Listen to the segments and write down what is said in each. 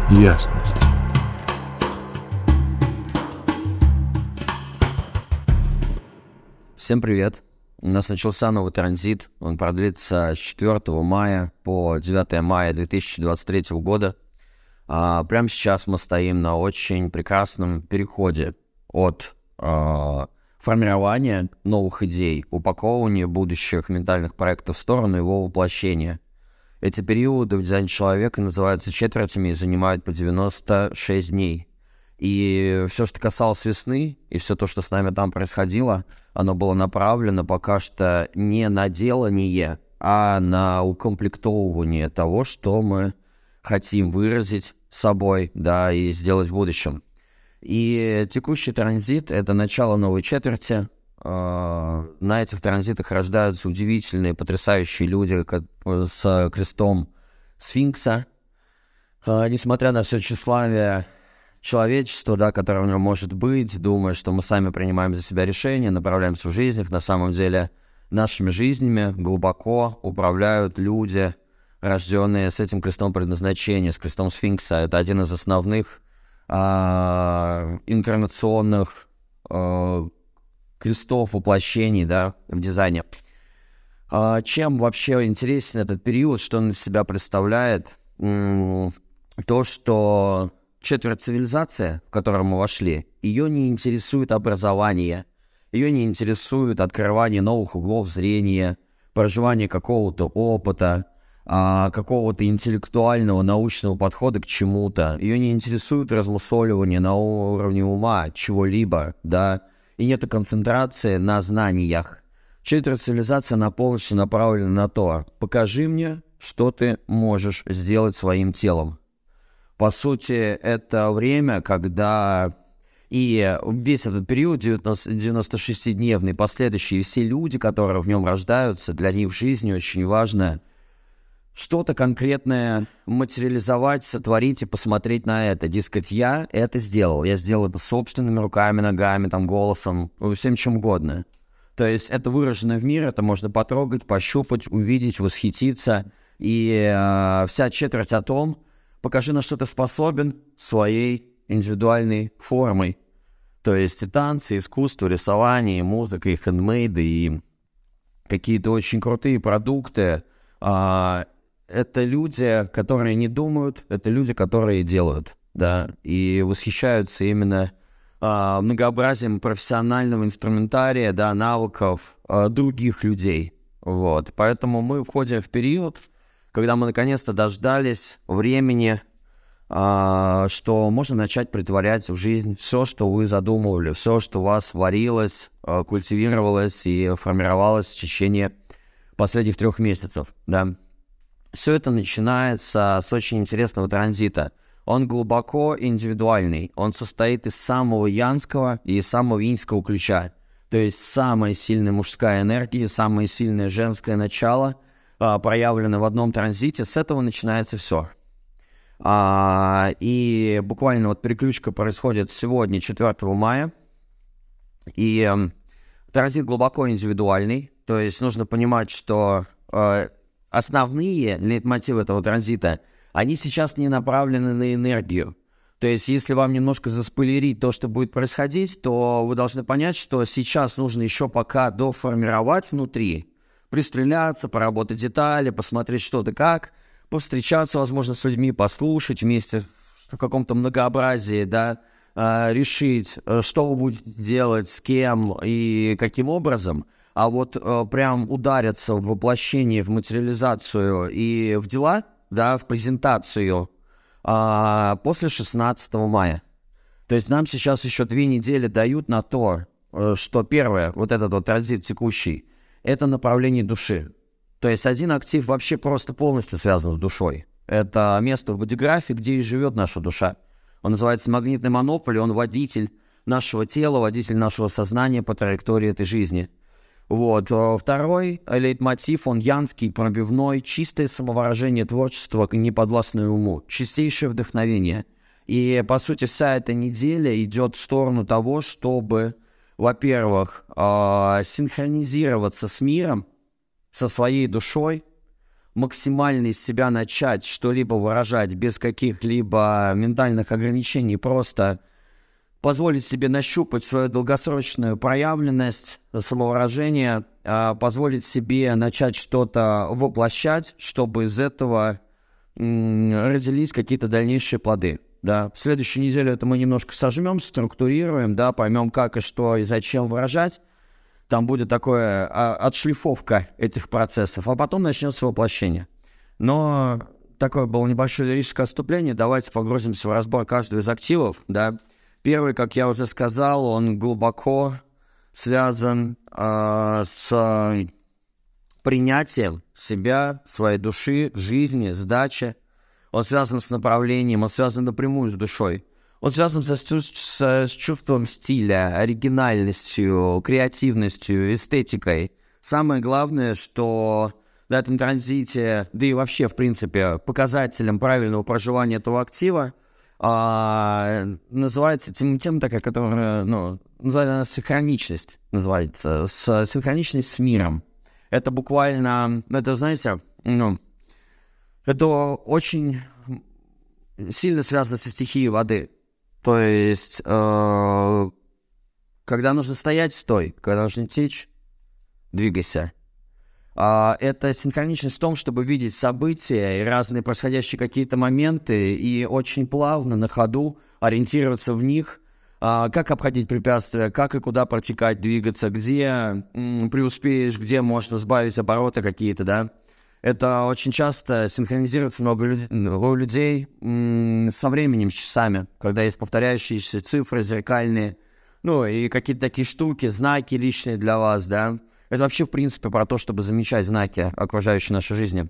Ясность. Всем привет! У нас начался новый транзит. Он продлится с 4 мая по 9 мая 2023 года. Прямо сейчас мы стоим на очень прекрасном переходе от формирования новых идей, упаковывания будущих ментальных проектов в сторону его воплощения. Эти периоды в дизайне человека называются четвертями и занимают по 96 дней. И все, что касалось весны, и все то, что с нами там происходило, оно было направлено пока что не на делание, а на укомплектовывание того, что мы хотим выразить собой, да, и сделать в будущем. И текущий транзит — это начало новой четверти. На этих транзитах рождаются удивительные, потрясающие люди с крестом сфинкса. Несмотря на все тщеславие человечества, да, которое у него может быть, думая, что мы сами принимаем за себя решения, направляем свою жизнь, на самом деле нашими жизнями глубоко управляют люди, рожденные с этим крестом предназначения, с крестом сфинкса. Это один из основных инкарнационных крестов воплощений, да, в дизайне. Чем вообще интересен этот период, что он из себя представляет? То, что четверть цивилизации, в которую мы вошли, ее не интересует образование, ее не интересует открывание новых углов зрения, проживание какого-то опыта, какого-то интеллектуального, научного подхода к чему-то. Ее не интересует размусоливание на уровне ума чего-либо, да, и нет концентрации на знаниях. Четверть цивилизации, она полностью направлена на то: покажи мне, что ты можешь сделать своим телом. По сути, это время, когда и весь этот период, 96-дневный, последующие, все люди, которые в нем рождаются, для них в жизни очень важно что-то конкретное материализовать, сотворить и посмотреть на это. Дескать, я это сделал. Я сделал это собственными руками, ногами, там, голосом, всем чем угодно. То есть это выражено в мир, это можно потрогать, пощупать, увидеть, восхититься. И вся четверть о том: покажи, на что ты способен своей индивидуальной формой. То есть и танцы, и искусство, рисование, и музыка, и хендмейды, и какие-то очень крутые продукты. Это люди, которые не думают, это люди, которые делают, да, и восхищаются именно многообразием профессионального инструментария, да, навыков других людей. Вот. Поэтому мы входим в период, когда мы наконец-то дождались времени, что можно начать претворять в жизнь все, что вы задумывали, все, что у вас варилось, культивировалось и формировалось в течение последних 3 месяцев, да. Все это начинается с очень интересного транзита. Он глубоко индивидуальный, он состоит из самого янского и самого иньского ключа. То есть самая сильная мужская энергия, самое сильное женское начало проявлено в одном транзите. С этого начинается все. И буквально вот переключка происходит сегодня, 4 мая. И транзит глубоко индивидуальный. То есть нужно понимать, что основные лейтмотивы этого транзита, они сейчас не направлены на энергию. То есть если вам немножко заспойлерить то, что будет происходить, то вы должны понять, что сейчас нужно еще пока доформировать внутри, пристреляться, поработать детали, посмотреть что-то как, повстречаться, возможно, с людьми, послушать вместе в каком-то многообразии, да, решить, что вы будете делать, с кем и каким образом. А вот прям удариться в воплощение, в материализацию и в дела, да, в презентацию после 16 мая. То есть нам сейчас еще 2 недели дают на то, что первое, вот этот вот транзит текущий, это направление души. То есть один актив вообще просто полностью связан с душой. Это место в бодиграфе, где и живет наша душа. Он называется магнитный монополь, он водитель нашего тела, водитель нашего сознания по траектории этой жизни. Вот. Второй лейтмотив, он янский, пробивной, чистое самовыражение творчества, неподвластное уму, чистейшее вдохновение. И, по сути, вся эта неделя идет в сторону того, чтобы, во-первых, синхронизироваться с миром, со своей душой, максимально из себя начать что-либо выражать без каких-либо ментальных ограничений, просто позволить себе нащупать свою долгосрочную проявленность, самовыражение, позволить себе начать что-то воплощать, чтобы из этого родились какие-то дальнейшие плоды. Да. В следующей неделе это мы немножко сожмем, структурируем, да, поймем, как и что и зачем выражать. Там будет такая отшлифовка этих процессов, а потом начнется воплощение. Но такое было небольшое лирическое отступление. Давайте погрузимся в разбор каждого из активов. Да. Первый, как я уже сказал, он глубоко связан с принятием себя, своей души, жизни, сдачи. Он связан с направлением, он связан напрямую с душой. Он связан с чувством стиля, оригинальностью, креативностью, эстетикой. Самое главное, что на этом транзите, да и вообще, в принципе, показателем правильного проживания этого актива называется тема такая, которая, называется синхроничность, называется, синхроничность с миром. Это буквально, это, знаете, это очень сильно связано со стихией воды. То есть, когда нужно стоять, стой, когда нужно течь, двигайся. Это синхроничность в том, чтобы видеть события и разные происходящие какие-то моменты и очень плавно на ходу ориентироваться в них, как обходить препятствия, как и куда протекать, двигаться, где преуспеешь, где можно сбавить обороты какие-то, да. Это очень часто синхронизируется много у людей со временем, с часами, когда есть повторяющиеся цифры зеркальные, и какие-то такие штуки, знаки личные для вас, да. Это вообще, в принципе, про то, чтобы замечать знаки окружающей нашей жизни.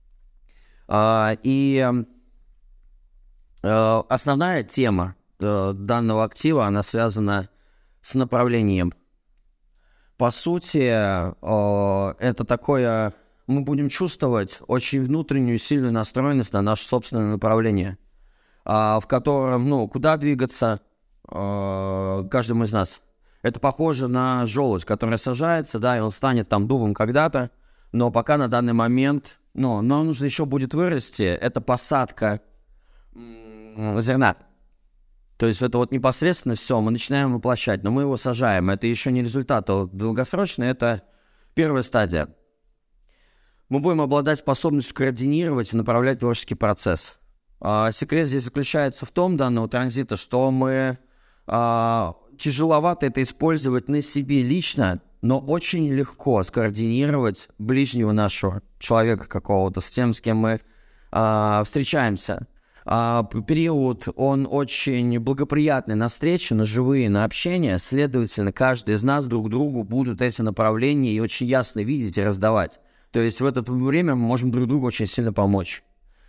Основная тема данного актива, она связана с направлением. По сути, это такое... Мы будем чувствовать очень внутреннюю сильную настроенность на наше собственное направление, в котором, куда двигаться каждому из нас. Это похоже на желудь, который сажается, да, и он станет там дубом когда-то, но пока на данный момент, но нужно еще будет вырасти, это посадка зерна. То есть это вот непосредственно все, мы начинаем воплощать, но мы его сажаем. Это еще не результат, а долгосрочный, это первая стадия. Мы будем обладать способностью координировать и направлять творческий процесс. Секрет здесь заключается в том, данного транзита, что мы тяжеловато это использовать на себе лично, но очень легко скоординировать ближнего нашего человека какого-то с тем, с кем мы встречаемся. Период, он очень благоприятный на встречи, на живые, на общение. Следовательно, каждый из нас друг другу будут эти направления и очень ясно видеть и раздавать. То есть в это время мы можем друг другу очень сильно помочь.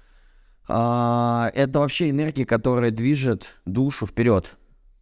Это вообще энергия, которая движет душу вперед.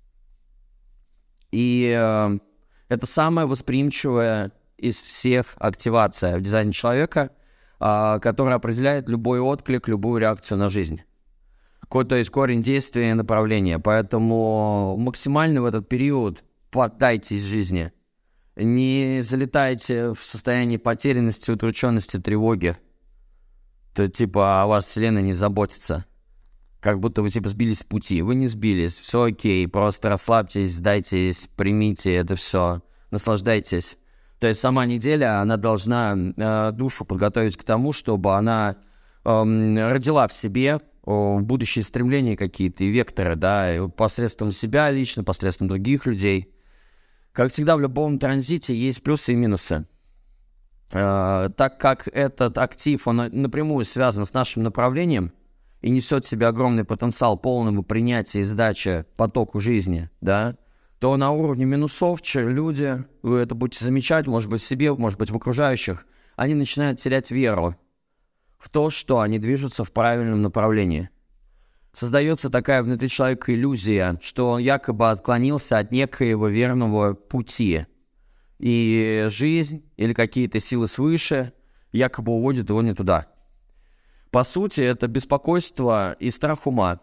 И это самая восприимчивая из всех активация в дизайне человека, которая определяет любой отклик, любую реакцию на жизнь. То есть корень действия и направления. Поэтому максимально в этот период поддайтесь жизни. Не залетайте в состояние потерянности, удрученности, тревоги. То типа о вас Вселенная не заботится. Как будто вы типа сбились с пути. Вы не сбились, все окей, просто расслабьтесь, сдайтесь, примите это все, наслаждайтесь. То есть сама неделя, она должна душу подготовить к тому, чтобы она родила в себе будущие стремления какие-то и векторы, да, и посредством себя лично, посредством других людей. Как всегда в любом транзите есть плюсы и минусы. Так как этот актив, он напрямую связан с нашим направлением и несет в себе огромный потенциал полного принятия и сдачи потоку жизни, да, то на уровне минусов люди, вы это будете замечать, может быть, в себе, может быть, в окружающих, они начинают терять веру в то, что они движутся в правильном направлении. Создается такая внутри человека иллюзия, что он якобы отклонился от некоего верного пути. И жизнь или какие-то силы свыше якобы уводят его не туда. По сути, это беспокойство и страх ума.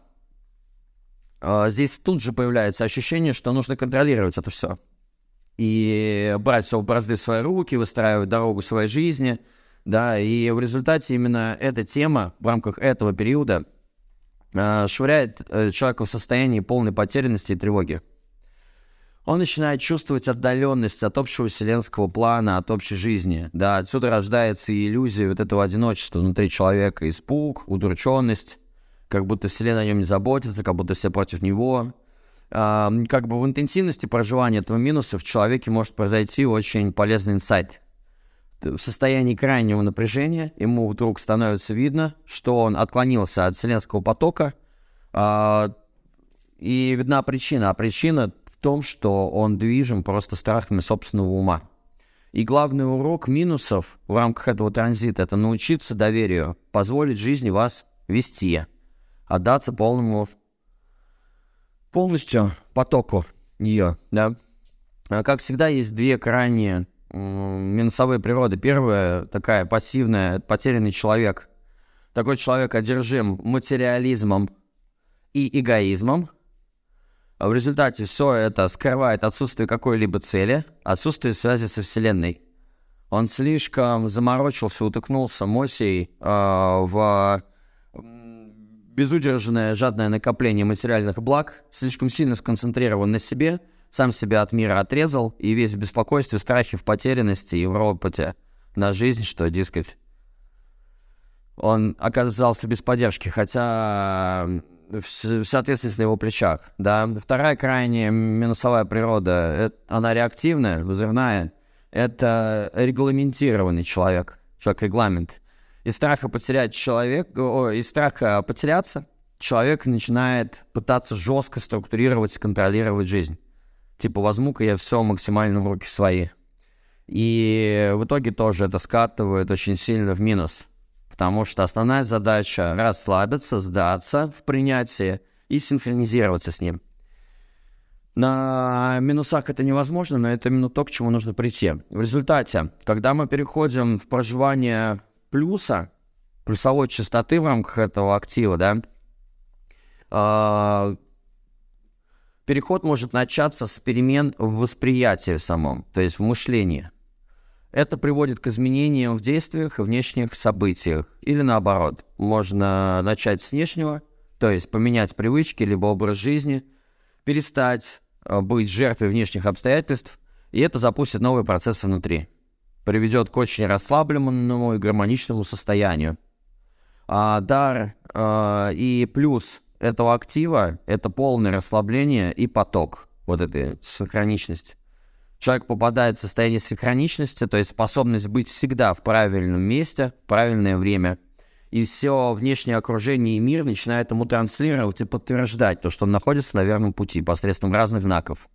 Здесь тут же появляется ощущение, что нужно контролировать это все. И брать все в бразды в свои руки, выстраивать дорогу своей жизни, да, и в результате именно эта тема в рамках этого периода швыряет человека в состоянии полной потерянности и тревоги. Он начинает чувствовать отдаленность от общего вселенского плана, от общей жизни. Да, отсюда рождается и иллюзия вот этого одиночества внутри человека, испуг, удрученность, как будто вселенная о нем не заботится, как будто все против него. Как бы в интенсивности проживания этого минуса в человеке может произойти очень полезный инсайт. В состоянии крайнего напряжения ему вдруг становится видно, что он отклонился от вселенского потока, и видна причина. А причина в том, что он движим просто страхами собственного ума. И главный урок минусов в рамках этого транзита — это научиться доверию, позволить жизни вас вести, отдаться полностью потоку ее. Да? Как всегда, есть две крайние минусовые природы. Первая такая пассивная, потерянный человек. Такой человек одержим материализмом и эгоизмом. В результате все это скрывает отсутствие какой-либо цели, отсутствие связи со Вселенной. Он слишком заморочился, утыкнулся мосей в безудержное жадное накопление материальных благ, слишком сильно сконцентрирован на себе, сам себя от мира отрезал, и весь в беспокойстве, страхе, в потерянности и в ропоте на жизнь, что, дескать, он оказался без поддержки, хотя вся ответственность на его плечах. Да? Вторая крайне минусовая природа, она реактивная, взрывная, это регламентированный человек, человек-регламент. Из страха потеряться человек начинает пытаться жестко структурировать, контролировать жизнь. Типа, возьму-ка я все максимально в руки свои. И в итоге тоже это скатывает очень сильно в минус. Потому что основная задача — расслабиться, сдаться в принятии и синхронизироваться с ним. На минусах это невозможно, но это именно то, к чему нужно прийти. В результате, когда мы переходим в проживание плюса, плюсовой частоты в рамках этого актива, да, переход может начаться с перемен в восприятии самом, то есть в мышлении. Это приводит к изменениям в действиях и внешних событиях. Или наоборот, можно начать с внешнего, то есть поменять привычки либо образ жизни, перестать быть жертвой внешних обстоятельств, и это запустит новые процессы внутри. Приведет к очень расслабленному и гармоничному состоянию. Дар и плюс этого актива — это полное расслабление и поток, вот этой синхроничности. Человек попадает в состояние синхроничности, то есть способность быть всегда в правильном месте, в правильное время. И все внешнее окружение и мир начинает ему транслировать и подтверждать то, что он находится на верном пути посредством разных знаков.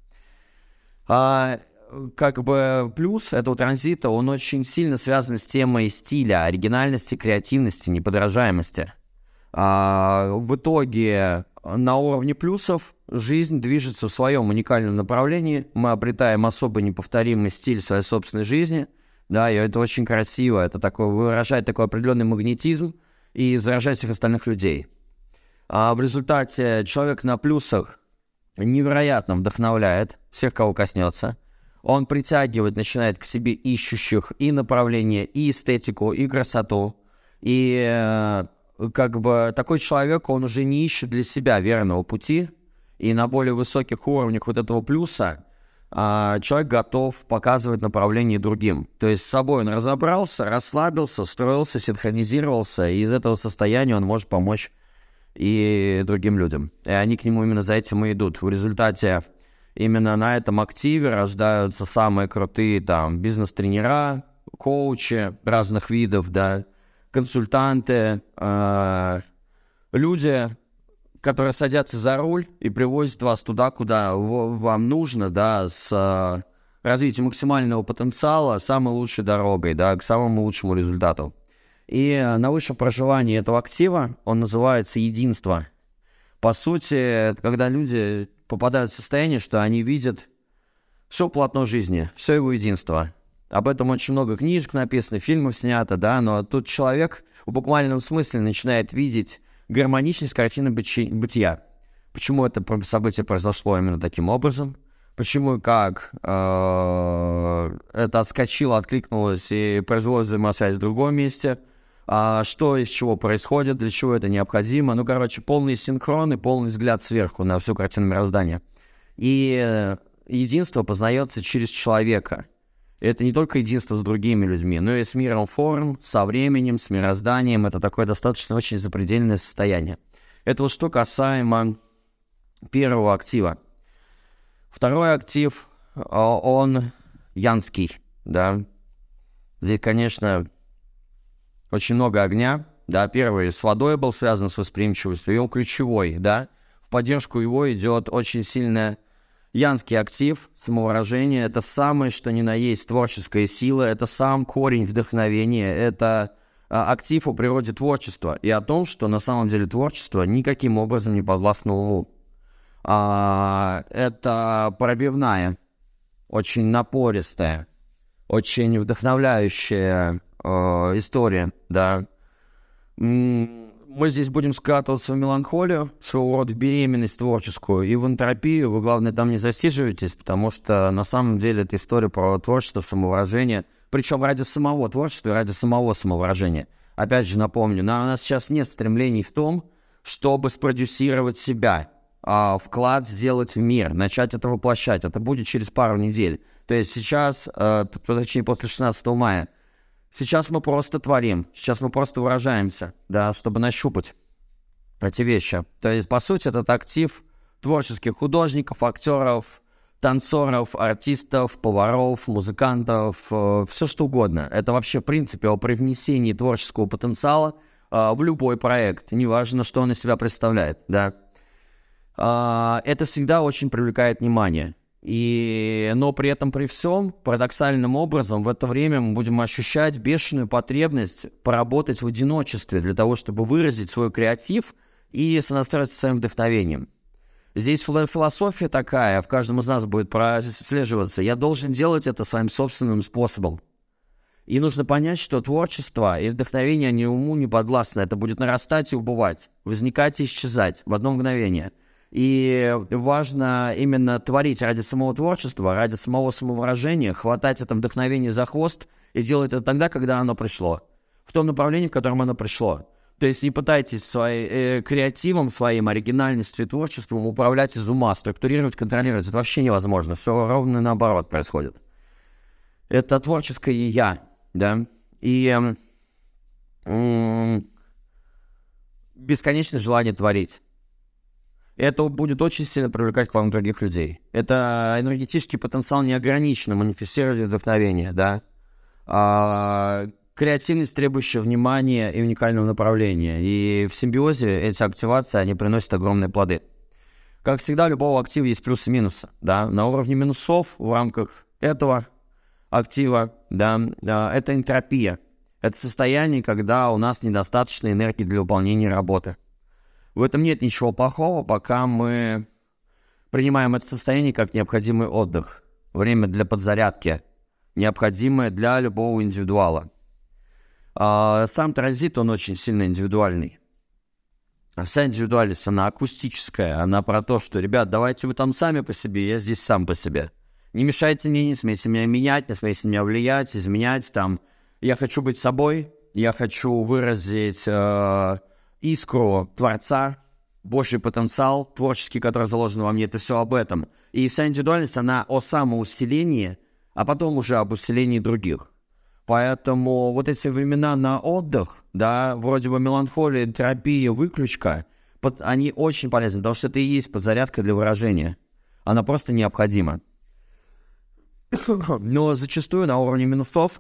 Как бы плюс этого транзита, он очень сильно связан с темой стиля, оригинальности, креативности, неподражаемости. В итоге на уровне плюсов жизнь движется в своем уникальном направлении. Мы обретаем особо неповторимый стиль своей собственной жизни. Да, и это очень красиво. Это выражает такой определенный магнетизм и заражает всех остальных людей. В результате человек на плюсах невероятно вдохновляет всех, кого коснется. Он притягивает, начинает к себе ищущих и направление, и эстетику, и красоту. И как бы такой человек, он уже не ищет для себя верного пути, и на более высоких уровнях вот этого плюса человек готов показывать направление другим. То есть с собой он разобрался, расслабился, строился, синхронизировался, и из этого состояния он может помочь и другим людям. И они к нему именно за этим и идут. В результате именно на этом активе рождаются самые крутые там бизнес-тренера, коучи разных видов, да, консультанты, люди, которые садятся за руль и привозят вас туда, куда вам нужно, да, с развитием максимального потенциала, самой лучшей дорогой, да, к самому лучшему результату. И на высшем проживании этого актива он называется единство. По сути, когда люди попадают в состояние, что они видят все полотно жизни, все его единство. Об этом очень много книжек написано, фильмов снято, да, но тут человек в буквальном смысле начинает видеть гармоничность картины бытия. Почему это событие произошло именно таким образом? почему и как это отскочило, откликнулось и произвело взаимосвязь в другом месте, что из чего происходит, для чего это необходимо. Ну, короче, полный синхрон и полный взгляд сверху на всю картину мироздания. И единство познается через человека. Это не только единство с другими людьми, но и с миром форм, со временем, с мирозданием. Это такое достаточно очень запредельное состояние. Это вот что касаемо первого актива. Второй актив, он янский, да. Здесь, конечно, очень много огня, да. Первый с водой был связан с восприимчивостью, и он ключевой, да. В поддержку его идет очень сильная янский актив, самовыражение. Это самое, что ни на есть, творческая сила, это сам корень вдохновения, это актив о природе творчества и о том, что на самом деле творчество никаким образом не подвластно уму. Это пробивная, очень напористая, очень вдохновляющая история, да. Мы здесь будем скатываться в меланхолию, своего рода беременность творческую, и в энтропию. Вы, главное, там не засиживайтесь, потому что на самом деле это история про творчество, самовыражение, причем ради самого творчества и ради самого самовыражения. Опять же напомню, у нас сейчас нет стремлений в том, чтобы спродюсировать себя, вклад сделать в мир, начать это воплощать. Это будет через пару недель. То есть сейчас, точнее после 16 мая, сейчас мы просто творим, сейчас мы просто выражаемся, да, чтобы нащупать эти вещи. То есть, по сути, этот актив творческих художников, актеров, танцоров, артистов, поваров, музыкантов, все что угодно. Это вообще, в принципе, о привнесении творческого потенциала в любой проект, неважно, что он из себя представляет, да. Это всегда очень привлекает внимание. Но при этом, при всем, парадоксальным образом, в это время мы будем ощущать бешеную потребность поработать в одиночестве для того, чтобы выразить свой креатив и сонастроиться со своим вдохновением. Здесь философия такая, в каждом из нас будет прослеживаться. Я должен делать это своим собственным способом. И нужно понять, что творчество и вдохновение, они уму не подвластны. Это будет нарастать и убывать, возникать и исчезать в одно мгновение. И важно именно творить ради самого творчества, ради самого самовыражения, хватать это вдохновение за хвост и делать это тогда, когда оно пришло, в том направлении, в котором оно пришло. То есть не пытайтесь креативом своим, оригинальностью и творчеством управлять из ума, структурировать, контролировать. Это вообще невозможно. Все ровно наоборот происходит. Это творческое «я», да, и бесконечное желание творить. Это будет очень сильно привлекать к вам других людей. Это энергетический потенциал неограниченно манифестировать вдохновение, да. Креативность, требующая внимания и уникального направления. И в симбиозе эти активации, они приносят огромные плоды. Как всегда, у любого актива есть плюсы и минусы, да. На уровне минусов в рамках этого актива, да, это энтропия. Это состояние, когда у нас недостаточно энергии для выполнения работы. В этом нет ничего плохого, пока мы принимаем это состояние как необходимый отдых, время для подзарядки, необходимое для любого индивидуала. Сам транзит, он очень сильно индивидуальный. Вся индивидуальность, она акустическая, она про то, что, ребят, давайте вы там сами по себе, я здесь сам по себе. Не мешайте мне, не смейте меня менять, не смейте меня влиять, изменять там. Я хочу быть собой, я хочу выразить искру Творца, Божий потенциал творческий, который заложен во мне, это все об этом. И вся индивидуальность, она о самоусилении, а потом уже об усилении других. Поэтому вот эти времена на отдых, да, вроде бы меланхолия, терапия, выключка, они очень полезны, потому что это и есть подзарядка для выражения. Она просто необходима. Но зачастую на уровне минусов,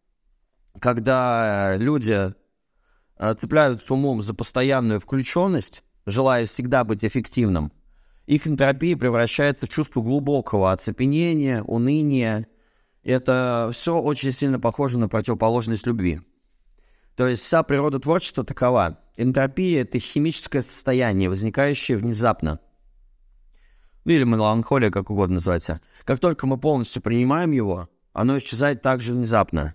когда люди цепляются умом за постоянную включенность, желая всегда быть эффективным, их энтропия превращается в чувство глубокого оцепенения, уныния. Это все очень сильно похоже на противоположность любви. То есть вся природа творчества такова. Энтропия — это химическое состояние, возникающее внезапно. Ну или меланхолия, как угодно называется. Как только мы полностью принимаем его, оно исчезает так же внезапно.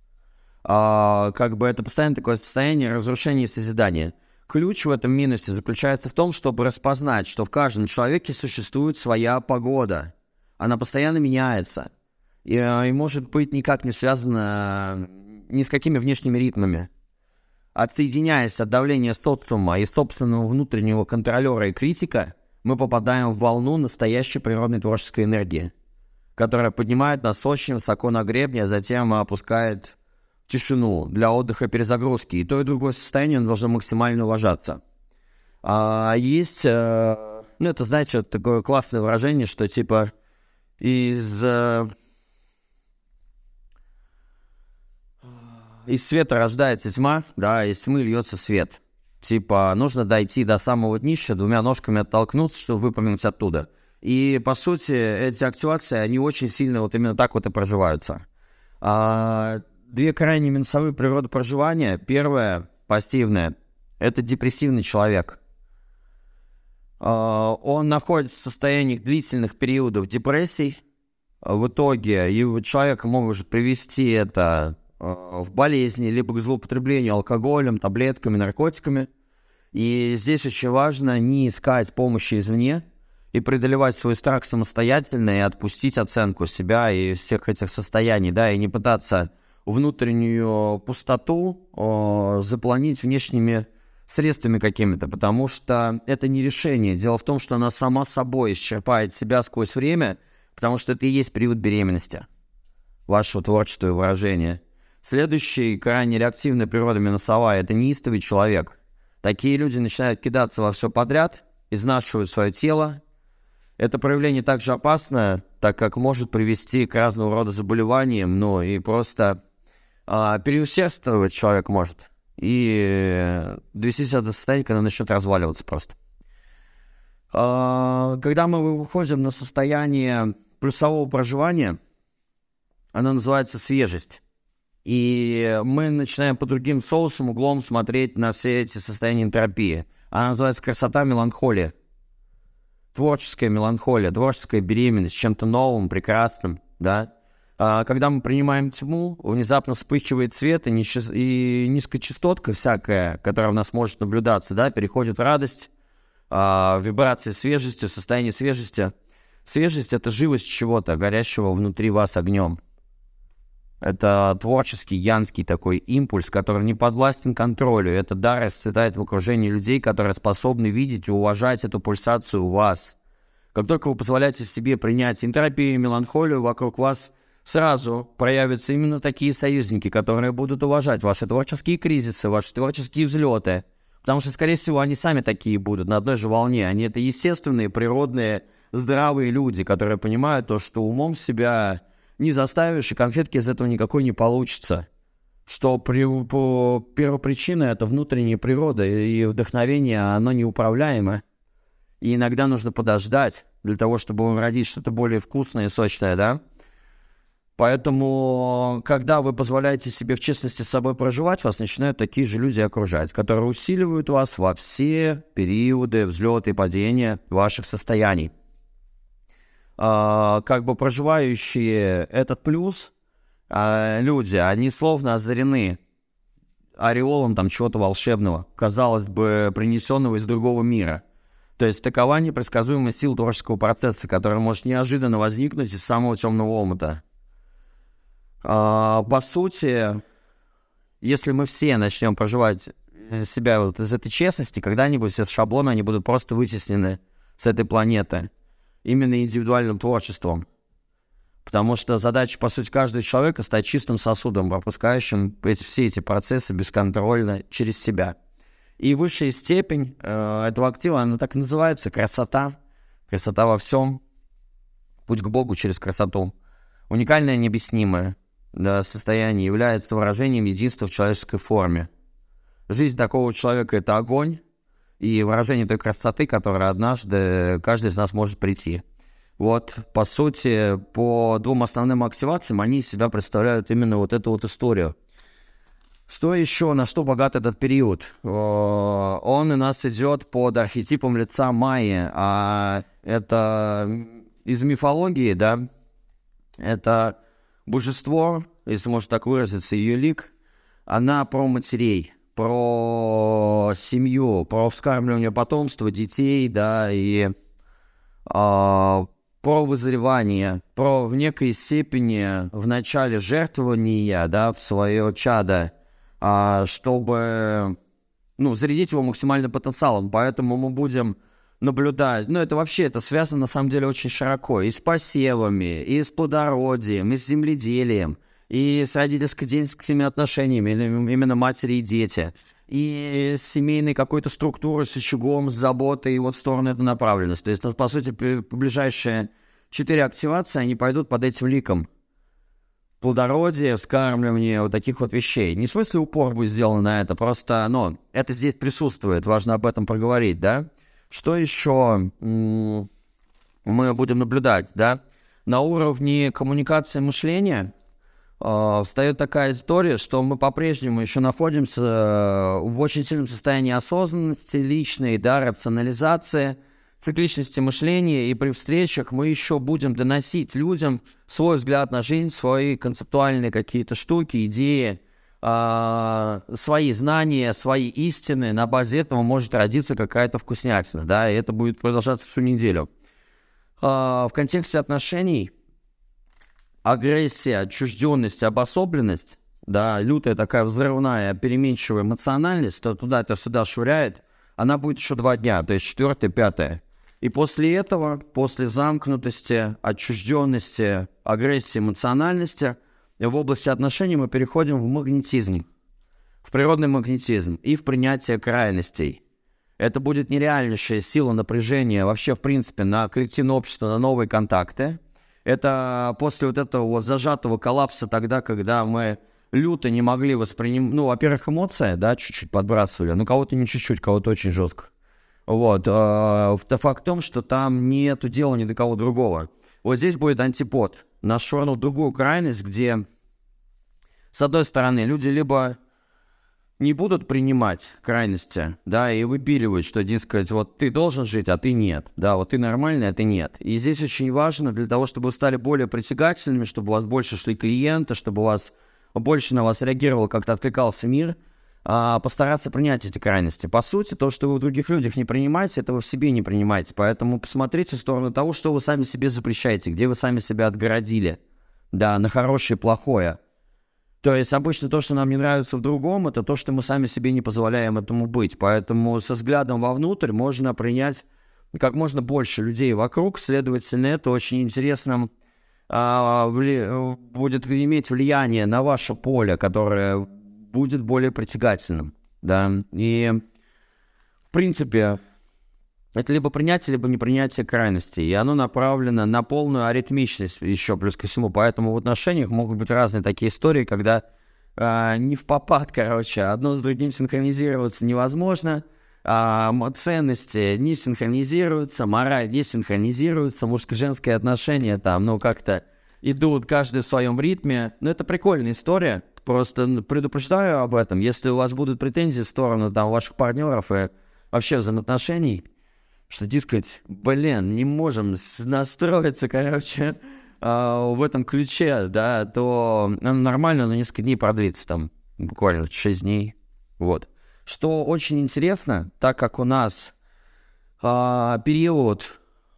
Это постоянно такое состояние разрушения и созидания. Ключ в этом минусе заключается в том, чтобы распознать, что в каждом человеке существует своя погода. она постоянно меняется. И может быть никак не связана ни с какими внешними ритмами. Отсоединяясь от давления социума и собственного внутреннего контролера и критика, мы попадаем в волну настоящей природной творческой энергии, которая поднимает нас очень высоко на гребне, а затем опускает в тишину для отдыха, перезагрузки. И то, и другое состояние должно максимально уважаться. Есть, это, знаете, такое классное выражение, что типа из света рождается тьма, да, из тьмы льется свет. Типа нужно дойти до самого днища, двумя ножками оттолкнуться, чтобы выпрыгнуть оттуда. И, по сути, эти активации, они очень сильно вот именно так вот и проживаются. Две крайне минусовые природы проживания. Первая, пассивная, это депрессивный человек. Он находится в состоянии длительных периодов депрессий. В итоге человека может привести это в болезни, либо к злоупотреблению алкоголем, таблетками, наркотиками. И здесь очень важно не искать помощи извне и преодолевать свой страх самостоятельно и отпустить оценку себя и всех этих состояний, да, и не пытаться внутреннюю пустоту заполнить внешними средствами какими-то, потому что это не решение. Дело в том, что она сама собой исчерпает себя сквозь время, потому что это и есть период беременности вашего творчества и выражения. Следующий, крайне реактивная природа минусовая, это неистовый человек. Такие люди начинают кидаться во все подряд, изнашивают свое тело. Это проявление также опасно, так как может привести к разного рода заболеваниям, и просто переусердствовать человек может. И довести себя до состояния, когда начнет разваливаться просто. Когда мы выходим на состояние плюсового проживания, оно называется свежесть. И мы начинаем по другим соусам, углом смотреть на все эти состояния энтропии. Она называется красота, меланхолия. Творческая меланхолия, творческая беременность, чем-то новым, прекрасным, да. Когда мы принимаем тьму, внезапно вспыхивает свет, и низкочастотка всякая, которая у нас может наблюдаться, да, переходит в радость, вибрации свежести, состояние свежести. Свежесть — это живость чего-то, горящего внутри вас огнем. Это творческий, янский такой импульс, который не подвластен контролю. Это дар расцветает в окружении людей, которые способны видеть и уважать эту пульсацию у вас. Как только вы позволяете себе принять энтропию и меланхолию, вокруг вас сразу проявятся именно такие союзники, которые будут уважать ваши творческие кризисы, ваши творческие взлеты. Потому что, скорее всего, они сами такие будут, на одной же волне. Они это естественные, природные, здравые люди, которые понимают то, что умом себя не заставишь, и конфетки из этого никакой не получится. Что первопричина — это внутренняя природа, и вдохновение, оно неуправляемо. И иногда нужно подождать для того, чтобы родить что-то более вкусное и сочное, да? Поэтому, когда вы позволяете себе в честности с собой проживать, вас начинают такие же люди окружать, которые усиливают вас во все периоды взлета и падения ваших состояний. Проживающие этот плюс люди, они словно озарены ореолом там чего-то волшебного, казалось бы, принесенного из другого мира. То есть такова непредсказуемая сила творческого процесса, которая может неожиданно возникнуть из самого темного омута. По сути, если мы все начнем проживать себя вот из этой честности, когда-нибудь все шаблоны, они будут просто вытеснены с этой планеты. Именно индивидуальным творчеством. Потому что задача, по сути, каждого человека — стать чистым сосудом, пропускающим все эти процессы бесконтрольно через себя. И высшая степень этого актива, она так и называется — красота. Красота во всем. Путь к Богу через красоту. Уникальное, необъяснимое состояние является выражением единства в человеческой форме. Жизнь такого человека — это огонь, и выражение той красоты, которая однажды каждый из нас может прийти. Вот, по сути, по двум основным активациям они из себя представляют именно вот эту вот историю. Что еще, на что богат этот период? Он у нас идет под архетипом лица Майи, а это из мифологии, да, это божество, если можно так выразиться, ее лик, она про матерей, про семью, про вскармливание потомства, детей, да, и про вызревание, про в некой степени в начале жертвования, да, в свое чадо, чтобы, зарядить его максимальным потенциалом. Поэтому мы будем наблюдать. Это вообще, это связано на самом деле очень широко. И с посевами, и с плодородием, и с земледелием, и с родительско-детскими отношениями, именно матери и дети, и с семейной какой-то структурой, с очагом, с заботой, и в сторону этой направленности. То есть, по сути, ближайшие 4 активации, они пойдут под этим ликом. Плодородие, вскармливание, вот таких вот вещей. Не в смысле упор будет сделан на это, просто, это здесь присутствует, важно об этом проговорить, да? Что еще мы будем наблюдать, да? На уровне коммуникации мышления встает такая история, что мы по-прежнему еще находимся в очень сильном состоянии осознанности личной, да, рационализации, цикличности мышления, и при встречах мы еще будем доносить людям свой взгляд на жизнь, свои концептуальные какие-то штуки, идеи, свои знания, свои истины. На базе этого может родиться какая-то вкуснятина, да, и это будет продолжаться всю неделю. В контексте отношений агрессия, отчужденность, обособленность, да, лютая такая взрывная, переменчивая эмоциональность, то туда, то сюда швыряет, она будет еще 2 дня, то есть 4-е, 5-е. И после этого, после замкнутости, отчужденности, агрессии, эмоциональности, в области отношений мы переходим в магнетизм, в природный магнетизм и в принятие крайностей. Это будет нереальнейшая сила напряжения вообще, в принципе, на коллективное общество, на новые контакты. Это после вот этого вот зажатого коллапса тогда, когда мы люто не могли воспринимать... во-первых, эмоции, да, чуть-чуть подбрасывали. Кого-то не чуть-чуть, кого-то очень жестко. Вот. Факт в том, что там нету дела ни до кого другого. Вот здесь будет антипод. Нас швырнут в другую крайность, где, с одной стороны, люди либо не будут принимать крайности, да, и выпиливать, что, дескать, вот ты должен жить, а ты нет, да, вот ты нормальный, а ты нет. И здесь очень важно для того, чтобы вы стали более притягательными, чтобы у вас больше шли клиенты, чтобы у вас больше на вас реагировал, как-то откликался мир, постараться принять эти крайности. По сути, то, что вы в других людях не принимаете, это вы в себе не принимаете. Поэтому посмотрите в сторону того, что вы сами себе запрещаете, где вы сами себя отгородили, да, на хорошее и плохое. То есть обычно то, что нам не нравится в другом, это то, что мы сами себе не позволяем этому быть. Поэтому со взглядом вовнутрь можно принять как можно больше людей вокруг. Следовательно, это очень интересно будет иметь влияние на ваше поле, которое будет более притягательным. Да? И, в принципе, это либо принятие, либо непринятие крайностей. И оно направлено на полную аритмичность еще плюс ко всему. Поэтому в отношениях могут быть разные такие истории, когда не впопад, одно с другим синхронизироваться невозможно. Ценности не синхронизируются, мораль не синхронизируется, мужско-женские отношения там, как-то идут каждый в своем ритме. Это прикольная история. Просто предупреждаю об этом. Если у вас будут претензии в сторону ваших партнеров и вообще взаимоотношений, что, дескать, не можем настроиться, в этом ключе, да, то нормально на несколько дней продлится, там, буквально 6 дней, вот. Что очень интересно, так как у нас период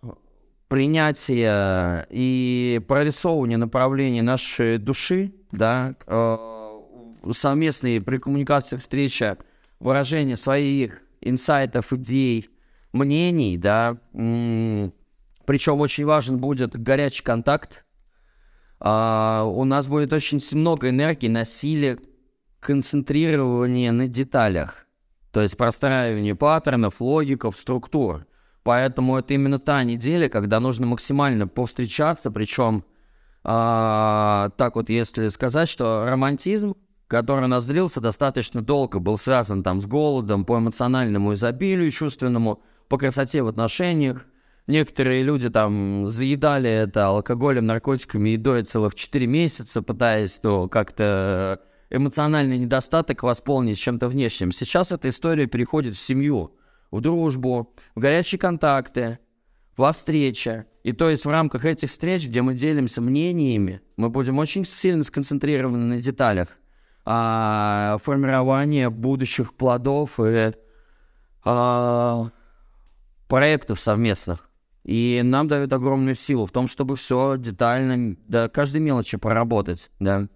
принятия и прорисовывания направлений нашей души, да, совместные при коммуникации, встреча, выражение своих инсайтов, идей, мнений, да, причем очень важен будет горячий контакт. У нас будет очень много энергии на силе концентрирования на деталях, то есть простраивание паттернов, логиков, структур. Поэтому это именно та неделя, когда нужно максимально повстречаться, причем так вот, если сказать, что романтизм, который назрелся достаточно долго, был связан там с голодом, по эмоциональному изобилию чувственному, по красоте в отношениях. Некоторые люди там заедали это алкоголем, наркотиками, едой целых 4 месяца, пытаясь как-то эмоциональный недостаток восполнить чем-то внешним. Сейчас эта история переходит в семью, в дружбу, в горячие контакты, во встречи. И то есть в рамках этих встреч, где мы делимся мнениями, мы будем очень сильно сконцентрированы на деталях формирования будущих плодов и проектов совместных. И нам дает огромную силу в том, чтобы все детально, до каждой мелочи проработать, да.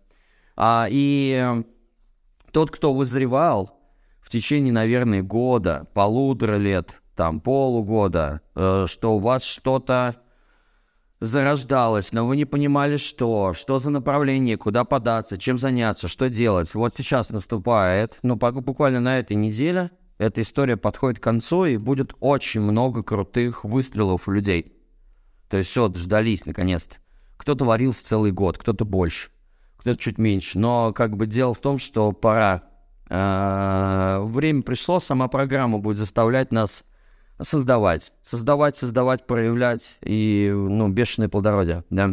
Тот, кто вызревал в течение, наверное, года, 1,5 лет, там, полугода, что у вас что-то зарождалось, но вы не понимали, что за направление, куда податься, чем заняться, что делать. Вот сейчас наступает, буквально на этой неделе эта история подходит к концу, и будет очень много крутых выстрелов у людей. То есть все, дождались наконец-то. Кто-то варился целый год, кто-то больше, кто-то чуть меньше. Но дело в том, что пора. Время пришло, сама программа будет заставлять нас создавать, проявлять и, бешеное плодородие, да.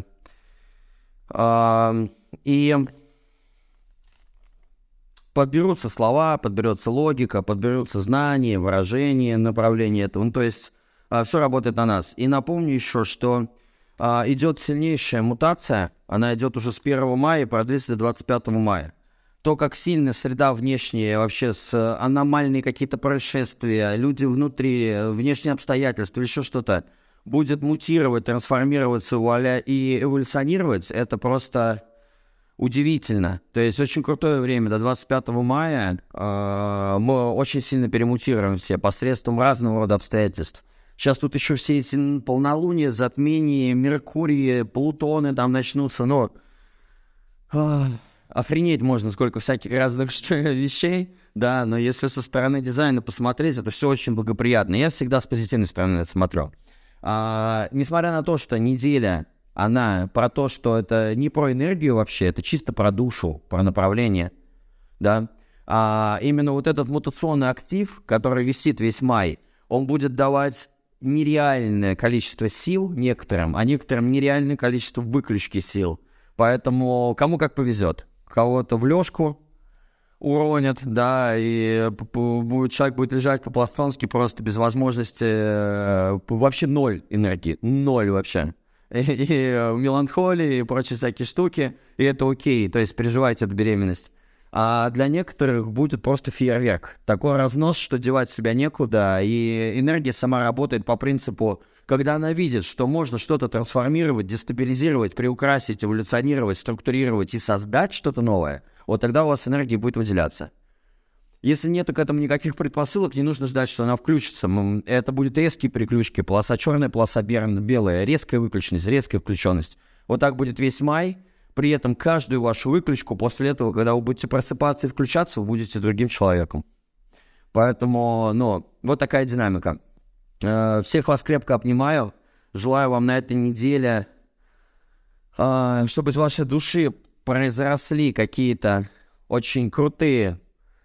И подберутся слова, подберется логика, подберутся знания, выражения, направление этого. То есть все работает на нас. И напомню еще, что идет сильнейшая мутация, она идет уже с 1 мая и продлится до 25 мая. То, как сильно среда внешняя, вообще с аномальные какие-то происшествия, люди внутри, внешние обстоятельства, еще что-то, будет мутировать, трансформироваться и эволюционировать, это просто удивительно. То есть очень крутое время. До 25 мая мы очень сильно перемутируем все посредством разного рода обстоятельств. Сейчас тут еще все эти полнолуния, затмения, Меркурии, Плутоны там начнутся, охренеть можно, сколько всяких разных вещей, да, но если со стороны дизайна посмотреть, это все очень благоприятно. Я всегда с позитивной стороны это смотрю. Несмотря на то, что неделя, она про то, что это не про энергию вообще, это чисто про душу, про направление, да. Именно вот этот мутационный актив, который висит весь май, он будет давать нереальное количество сил некоторым, а некоторым нереальное количество выключки сил. Поэтому кому как повезет. Кого-то в лёжку уронят, да, и человек будет лежать по-пластонски просто без возможности, вообще ноль энергии, ноль вообще. И меланхолии, и прочие всякие штуки, и это окей, то есть переживайте эту беременность. А для некоторых будет просто фейерверк. Такой разнос, что девать себя некуда, и энергия сама работает по принципу, когда она видит, что можно что-то трансформировать, дестабилизировать, приукрасить, эволюционировать, структурировать и создать что-то новое, вот тогда у вас энергия будет выделяться. Если нету к этому никаких предпосылок, не нужно ждать, что она включится. Это будут резкие переключки, полоса черная, полоса белая, резкая выключенность, резкая включенность. Вот так будет весь май. При этом каждую вашу выключку после этого, когда вы будете просыпаться и включаться, вы будете другим человеком. Поэтому, вот такая динамика. Всех вас крепко обнимаю. Желаю вам на этой неделе, чтобы из вашей души произросли какие-то очень крутые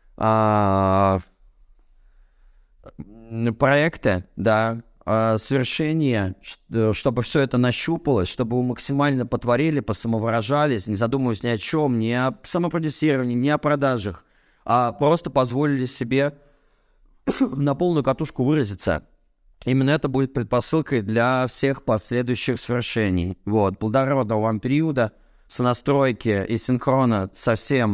проекты, да, свершения, чтобы все это нащупалось, чтобы вы максимально потворили, посамовыражались, не задумываясь ни о чем, ни о самопродюсировании, ни о продажах, а просто позволили себе на полную катушку выразиться. Именно это будет предпосылкой для всех последующих свершений. Вот, плодородного вам периода, сонастройки и синхрона со всем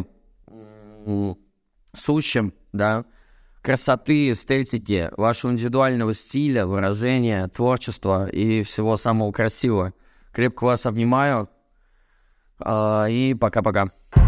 сущим, да, красоты, эстетики, вашего индивидуального стиля, выражения, творчества и всего самого красивого. Крепко вас обнимаю. И пока-пока.